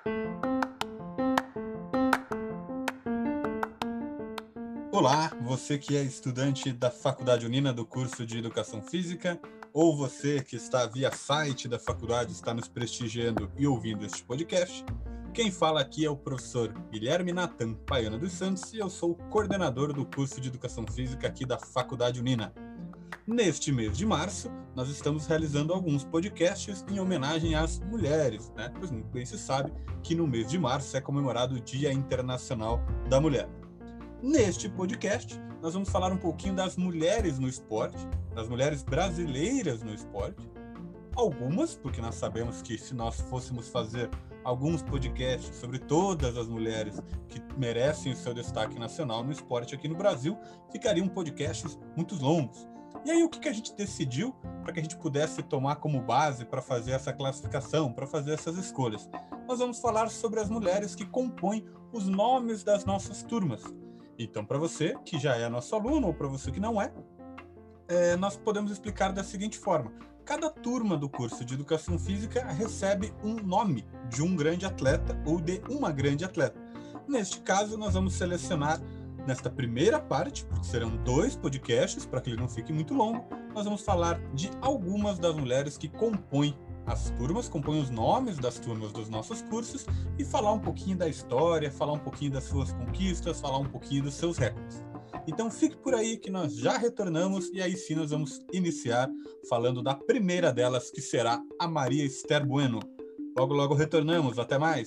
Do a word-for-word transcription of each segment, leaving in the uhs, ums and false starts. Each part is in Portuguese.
Olá, você que é estudante da Faculdade Unina do curso de Educação Física, ou você que está via site da faculdade, está nos prestigiando e ouvindo este podcast. Quem fala aqui é o professor Guilherme Nathan Paiana dos Santos e eu sou o coordenador do curso de Educação Física aqui da Faculdade Unina. Neste mês de março, nós estamos realizando alguns podcasts em homenagem às mulheres, né? Pois muito bem se sabe que no mês de março é comemorado o Dia Internacional da Mulher. Neste podcast, nós vamos falar um pouquinho das mulheres no esporte, das mulheres brasileiras no esporte. Algumas, porque nós sabemos que se nós fôssemos fazer alguns podcasts sobre todas as mulheres que merecem o seu destaque nacional no esporte aqui no Brasil, ficariam podcasts muito longos. E aí o que a gente decidiu para que a gente pudesse tomar como base para fazer essa classificação, para fazer essas escolhas? Nós vamos falar sobre as mulheres que compõem os nomes das nossas turmas. Então, para você que já é nosso aluno ou para você que não é, é, nós podemos explicar da seguinte forma. Cada turma do curso de Educação Física recebe um nome de um grande atleta ou de uma grande atleta. Neste caso, nós vamos selecionar, nesta primeira parte, porque serão dois podcasts, para que ele não fique muito longo, nós vamos falar de algumas das mulheres que compõem as turmas, compõem os nomes das turmas dos nossos cursos e falar um pouquinho da história, falar um pouquinho das suas conquistas, falar um pouquinho dos seus recordes. Então fique por aí que nós já retornamos e aí sim nós vamos iniciar falando da primeira delas, que será a Maria Esther Bueno. Logo, logo retornamos. Até mais!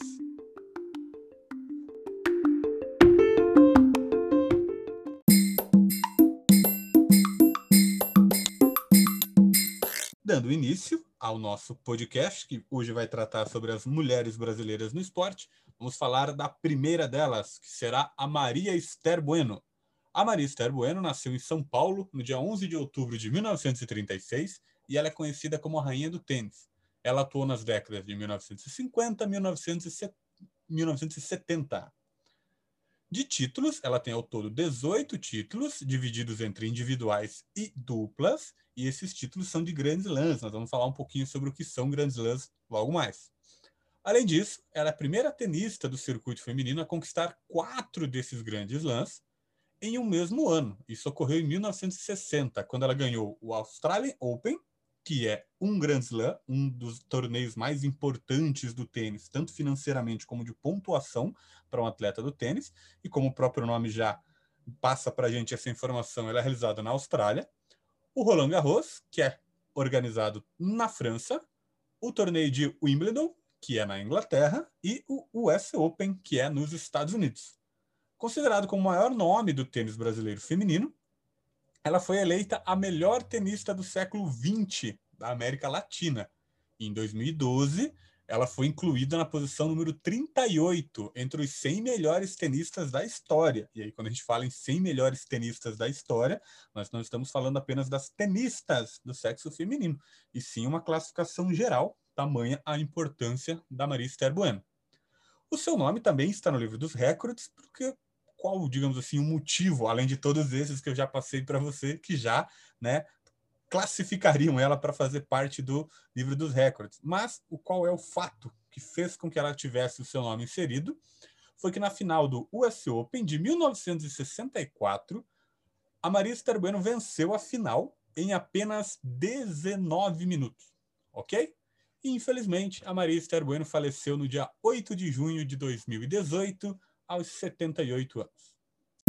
Dando início ao nosso podcast, que hoje vai tratar sobre as mulheres brasileiras no esporte, vamos falar da primeira delas, que será a Maria Esther Bueno. A Maria Esther Bueno nasceu em São Paulo no dia onze de outubro de mil novecentos e trinta e seis e ela é conhecida como a rainha do tênis. Ela atuou nas décadas de mil novecentos e cinquenta a mil novecentos e setenta. De títulos, ela tem ao todo dezoito títulos, divididos entre individuais e duplas, e esses títulos são de Grand Slams. Nós vamos falar um pouquinho sobre o que são Grand Slams logo mais. Além disso, ela é a primeira tenista do circuito feminino a conquistar quatro desses Grand Slams em um mesmo ano. Isso ocorreu em mil novecentos e sessenta, quando ela ganhou o Australian Open, que é um Grand Slam, um dos torneios mais importantes do tênis, tanto financeiramente como de pontuação para um atleta do tênis, e como o próprio nome já passa para a gente essa informação, ela é realizada na Austrália. O Roland Garros, que é organizado na França, o torneio de Wimbledon, que é na Inglaterra, e o U S Open, que é nos Estados Unidos. Considerado como o maior nome do tênis brasileiro feminino, ela foi eleita a melhor tenista do século vinte da América Latina. Em dois mil e doze, ela foi incluída na posição número trinta e oito entre os cem melhores tenistas da história. E aí, quando a gente fala em cem melhores tenistas da história, nós não estamos falando apenas das tenistas do sexo feminino, e sim uma classificação geral, tamanha a importância da Maria Esther Bueno. O seu nome também está no livro dos recordes, porque qual, digamos assim, o motivo, além de todos esses que eu já passei para você, que já, né, classificariam ela para fazer parte do livro dos recordes. Mas o qual é o fato que fez com que ela tivesse o seu nome inserido foi que na final do U S Open de mil novecentos e sessenta e quatro, a Maria Esther Bueno venceu a final em apenas dezenove minutos, ok? E, infelizmente, a Maria Esther Bueno faleceu no dia oito de junho de dois mil e dezoito, aos setenta e oito anos.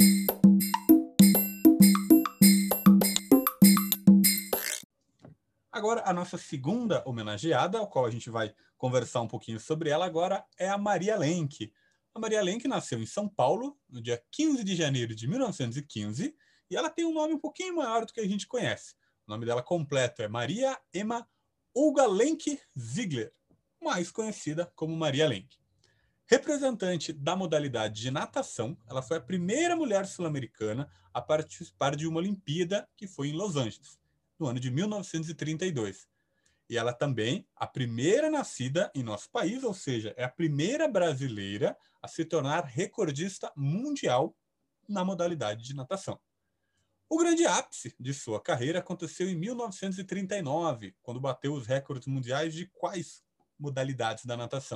Agora, a nossa segunda homenageada, ao qual a gente vai conversar um pouquinho sobre ela agora, é a Maria Lenk. A Maria Lenk nasceu em São Paulo, no dia quinze de janeiro de mil novecentos e quinze, e ela tem um nome um pouquinho maior do que a gente conhece. O nome dela completo é Maria Emma Olga Lenk Ziegler, mais conhecida como Maria Lenk. Representante da modalidade de natação, ela foi a primeira mulher sul-americana a participar de uma Olimpíada, que foi em Los Angeles, no ano de mil novecentos e trinta e dois. E ela também a primeira nascida em nosso país, ou seja, é a primeira brasileira a se tornar recordista mundial na modalidade de natação. O grande ápice de sua carreira aconteceu em mil novecentos e trinta e nove, quando bateu os recordes mundiais de quais modalidades da natação?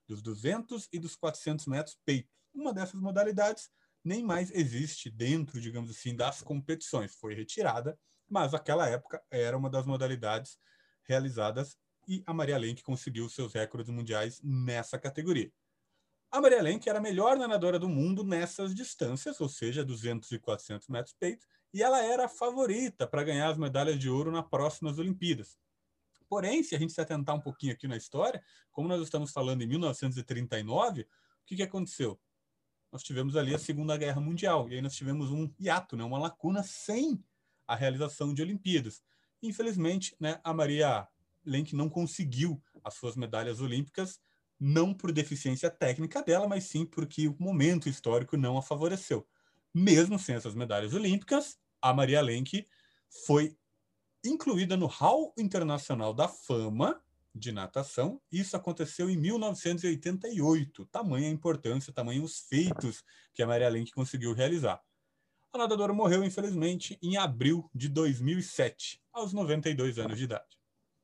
dos duzentos e dos quatrocentos metros peito. Uma dessas modalidades nem mais existe dentro, digamos assim, das competições. Foi retirada, mas naquela época era uma das modalidades realizadas e a Maria Lenk conseguiu seus recordes mundiais nessa categoria. A Maria Lenk era a melhor nadadora do mundo nessas distâncias, ou seja, duzentos e quatrocentos metros peito, e ela era a favorita para ganhar as medalhas de ouro nas próximas Olimpíadas. Porém, se a gente se atentar um pouquinho aqui na história, como nós estamos falando em mil novecentos e trinta e nove, o que, que aconteceu? Nós tivemos ali a Segunda Guerra Mundial, e aí nós tivemos um hiato, né, uma lacuna sem a realização de Olimpíadas. Infelizmente, né, a Maria Lenk não conseguiu as suas medalhas olímpicas, não por deficiência técnica dela, mas sim porque o momento histórico não a favoreceu. Mesmo sem essas medalhas olímpicas, a Maria Lenk foi incluída no Hall Internacional da Fama de natação. Isso aconteceu em mil novecentos e oitenta e oito. Tamanha a importância, tamanho os feitos que a Maria Lenk conseguiu realizar. A nadadora morreu, infelizmente, em abril de dois mil e sete, aos noventa e dois anos de idade.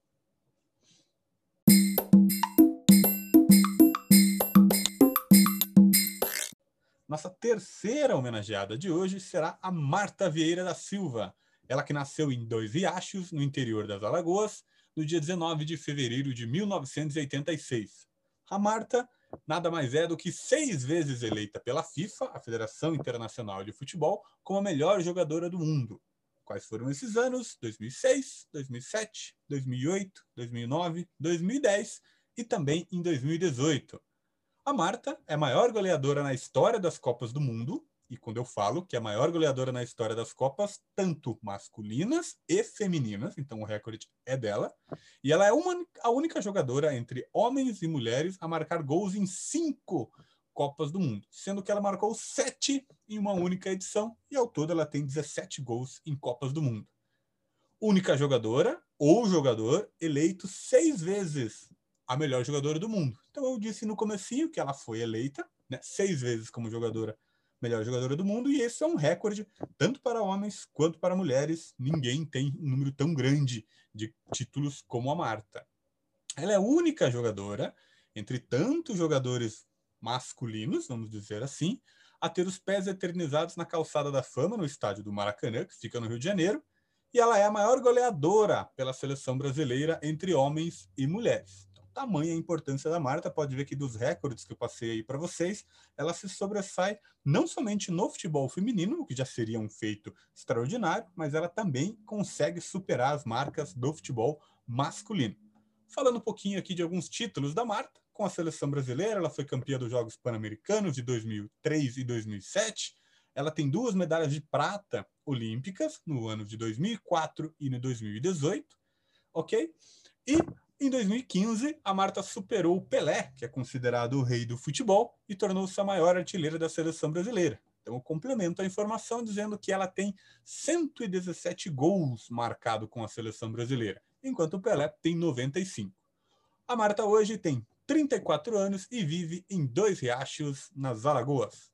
Nossa terceira homenageada de hoje será a Marta Vieira da Silva. Ela que nasceu em Dois Riachos, no interior das Alagoas, no dia dezenove de fevereiro de mil novecentos e oitenta e seis. A Marta nada mais é do que seis vezes eleita pela FIFA, a Federação Internacional de Futebol, como a melhor jogadora do mundo. Quais foram esses anos? dois mil e seis, dois mil e sete, dois mil e oito, dois mil e nove, dois mil e dez e também em dois mil e dezoito. A Marta é a maior goleadora na história das Copas do Mundo, e quando eu falo que é a maior goleadora na história das Copas, tanto masculinas e femininas, então o recorde é dela, e ela é uma, a única jogadora entre homens e mulheres a marcar gols em cinco Copas do Mundo, sendo que ela marcou sete em uma única edição, e ao todo ela tem dezessete gols em Copas do Mundo. Única jogadora ou jogador eleito seis vezes a melhor jogadora do mundo. Então eu disse no comecinho que ela foi eleita, né, seis vezes como jogadora, melhor jogadora do mundo, e esse é um recorde tanto para homens quanto para mulheres. Ninguém tem um número tão grande de títulos como a Marta. Ela é a única jogadora, entre tantos jogadores masculinos, vamos dizer assim, a ter os pés eternizados na Calçada da Fama, no estádio do Maracanã, que fica no Rio de Janeiro, e ela é a maior goleadora pela seleção brasileira entre homens e mulheres. Então, tamanha a importância da Marta, pode ver que dos recordes que eu passei aí para vocês, ela se sobressai não somente no futebol feminino, o que já seria um feito extraordinário, mas ela também consegue superar as marcas do futebol masculino. Falando um pouquinho aqui de alguns títulos da Marta, com a seleção brasileira, ela foi campeã dos Jogos Pan-Americanos de dois mil e três e dois mil e sete. Ela tem duas medalhas de prata olímpicas no ano de dois mil e quatro e no dois mil e dezoito, ok? E em dois mil e quinze, a Marta superou o Pelé, que é considerado o rei do futebol, e tornou-se a maior artilheira da seleção brasileira. Então eu complemento a informação dizendo que ela tem cento e dezessete gols marcados com a seleção brasileira, enquanto o Pelé tem noventa e cinco. A Marta hoje tem trinta e quatro anos e vive em Dois Riachos, nas Alagoas.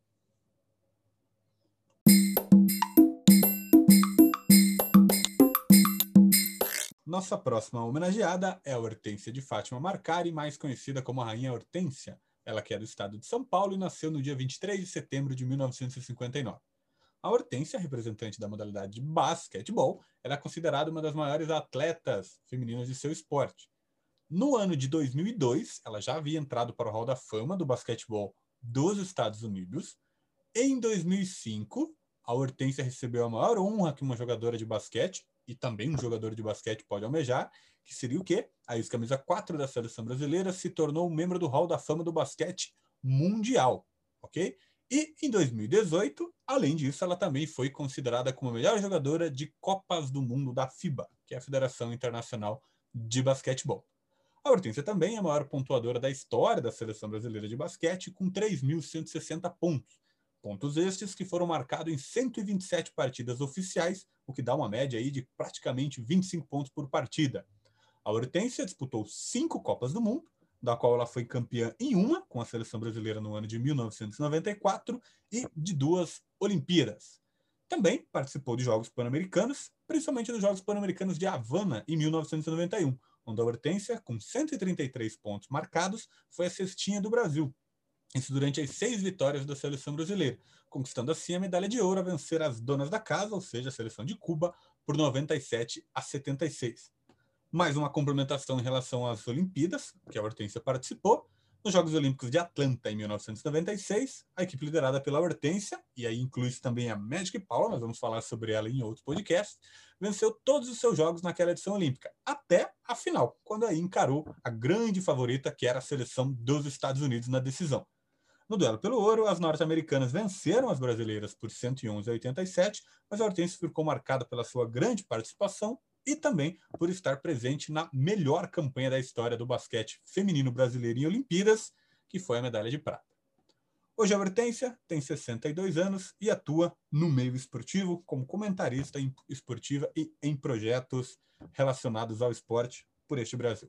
Nossa próxima homenageada é a Hortência de Fátima Marcari, mais conhecida como a Rainha Hortência. Ela que é do estado de São Paulo e nasceu no dia vinte e três de setembro de mil novecentos e cinquenta e nove. A Hortência, representante da modalidade de basquetebol, ela é considerada uma das maiores atletas femininas de seu esporte. No ano de dois mil e dois, ela já havia entrado para o Hall da Fama do basquetebol dos Estados Unidos. Em dois mil e cinco, a Hortência recebeu a maior honra que uma jogadora de basquete, e também um jogador de basquete pode almejar, que seria o quê? A ex-camisa quatro da seleção brasileira se tornou membro do Hall da Fama do basquete mundial, ok? E em dois mil e dezoito, além disso, ela também foi considerada como a melhor jogadora de Copas do Mundo da FIBA, que é a Federação Internacional de Basquetebol. A Hortência também é a maior pontuadora da história da seleção brasileira de basquete, com três mil cento e sessenta pontos. Pontos estes que foram marcados em cento e vinte e sete partidas oficiais, o que dá uma média aí de praticamente vinte e cinco pontos por partida. A Hortência disputou cinco Copas do Mundo, da qual ela foi campeã em uma, com a seleção brasileira no ano de mil novecentos e noventa e quatro, e de duas Olimpíadas. Também participou de Jogos Pan-Americanos, principalmente nos Jogos Pan-Americanos de Havana, em mil novecentos e noventa e um, onde a Hortência, com cento e trinta e três pontos marcados, foi a cestinha do Brasil. Isso durante as seis vitórias da seleção brasileira, conquistando assim a medalha de ouro a vencer as donas da casa, ou seja, a seleção de Cuba, por noventa e sete a setenta e seis. Mais uma complementação em relação às Olimpíadas, que a Hortência participou. Nos Jogos Olímpicos de Atlanta, em mil novecentos e noventa e seis, a equipe liderada pela Hortência, e aí inclui-se também a Magic Paula, nós vamos falar sobre ela em outros podcasts, venceu todos os seus jogos naquela edição olímpica, até a final, quando aí encarou a grande favorita, que era a seleção dos Estados Unidos na decisão. No duelo pelo ouro, as norte-americanas venceram as brasileiras por cento e onze a oitenta e sete, mas a Hortência ficou marcada pela sua grande participação e também por estar presente na melhor campanha da história do basquete feminino brasileiro em Olimpíadas, que foi a medalha de prata. Hoje a Hortência tem sessenta e dois anos e atua no meio esportivo como comentarista esportiva e em projetos relacionados ao esporte por este Brasil.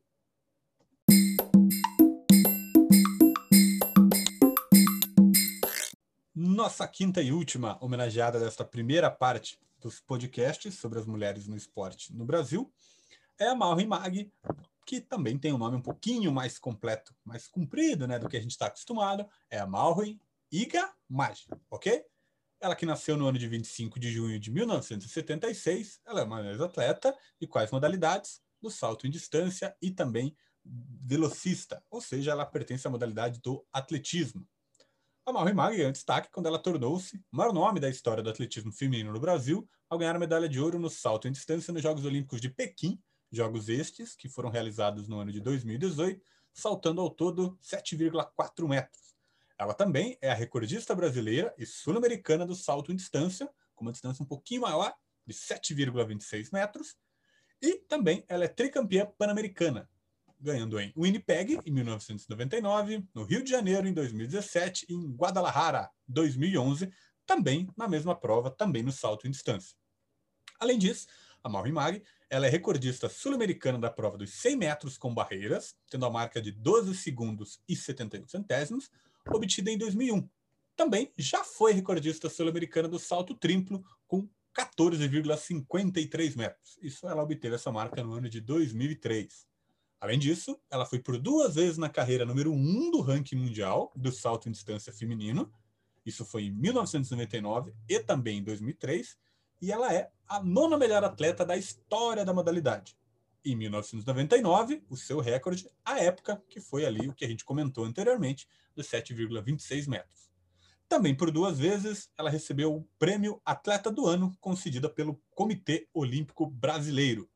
Nossa quinta e última homenageada desta primeira parte dos podcasts sobre as mulheres no esporte no Brasil é a Malry Maag, que também tem um nome um pouquinho mais completo, mais comprido, né, do que a gente está acostumado. É a Malry Iga Maag, ok? Ela que nasceu no ano de vinte e cinco de junho de mil novecentos e setenta e seis, ela é uma ex-atleta de quais modalidades? Do salto em distância e também velocista, ou seja, ela pertence à modalidade do atletismo. A Malry Maag ganhou destaque quando ela tornou-se o maior nome da história do atletismo feminino no Brasil, ao ganhar a medalha de ouro no salto em distância nos Jogos Olímpicos de Pequim, jogos estes que foram realizados no ano de dois mil e dezoito, saltando ao todo sete vírgula quatro metros. Ela também é a recordista brasileira e sul-americana do salto em distância, com uma distância um pouquinho maior, de sete vírgula vinte e seis metros, e também ela é tricampeã pan-americana, ganhando em Winnipeg, em mil novecentos e noventa e nove, no Rio de Janeiro, em dois mil e dezessete, e em Guadalajara, dois mil e onze, também na mesma prova, também no salto em distância. Além disso, a Malry Maag, ela é recordista sul-americana da prova dos cem metros com barreiras, tendo a marca de doze segundos e setenta e um centésimos, obtida em dois mil e um. Também já foi recordista sul-americana do salto triplo com quatorze vírgula cinquenta e três metros. Isso ela obteve essa marca no ano de dois mil e três. Além disso, ela foi por duas vezes na carreira número um do ranking mundial do salto em distância feminino. Isso foi em mil novecentos e noventa e nove e também em dois mil e três. E ela é a nona melhor atleta da história da modalidade. Em mil novecentos e noventa e nove, o seu recorde, à época, que foi ali o que a gente comentou anteriormente, dos sete vírgula vinte e seis metros. Também por duas vezes, ela recebeu o prêmio Atleta do Ano, concedido pelo Comitê Olímpico Brasileiro.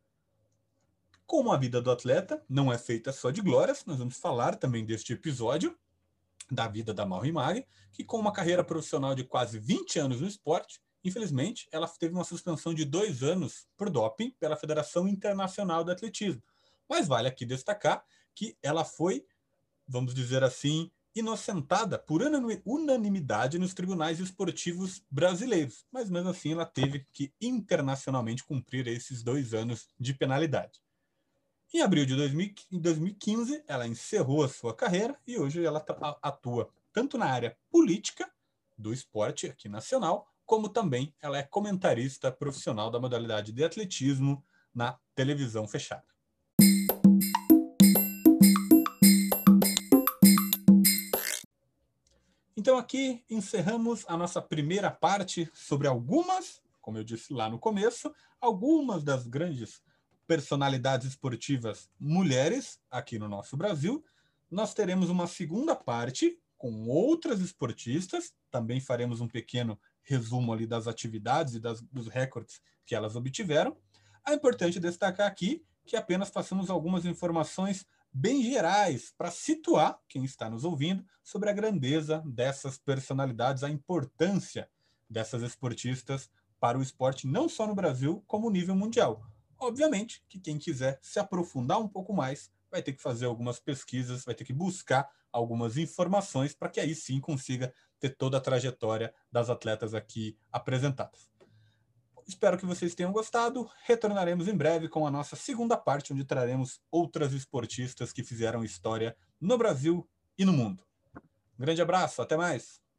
Como a vida do atleta não é feita só de glórias, nós vamos falar também deste episódio da vida da Malry Maag, que com uma carreira profissional de quase vinte anos no esporte, infelizmente, ela teve uma suspensão de dois anos por doping pela Federação Internacional de Atletismo. Mas vale aqui destacar que ela foi, vamos dizer assim, inocentada por unanimidade nos tribunais esportivos brasileiros. Mas mesmo assim, ela teve que internacionalmente cumprir esses dois anos de penalidade. Em abril de dois mil e quinze, ela encerrou a sua carreira e hoje ela atua tanto na área política do esporte aqui nacional, como também ela é comentarista profissional da modalidade de atletismo na televisão fechada. Então aqui encerramos a nossa primeira parte sobre algumas, como eu disse lá no começo, algumas das grandes personalidades esportivas mulheres aqui no nosso Brasil. Nós teremos uma segunda parte com outras esportistas, também faremos um pequeno resumo ali das atividades e das, dos recordes que elas obtiveram. É importante destacar aqui que apenas passamos algumas informações bem gerais para situar quem está nos ouvindo sobre a grandeza dessas personalidades, a importância dessas esportistas para o esporte não só no Brasil, como no nível mundial. Obviamente que quem quiser se aprofundar um pouco mais vai ter que fazer algumas pesquisas, vai ter que buscar algumas informações para que aí sim consiga ter toda a trajetória das atletas aqui apresentadas. Espero que vocês tenham gostado. Retornaremos em breve com a nossa segunda parte, onde traremos outras esportistas que fizeram história no Brasil e no mundo. Um grande abraço, até mais!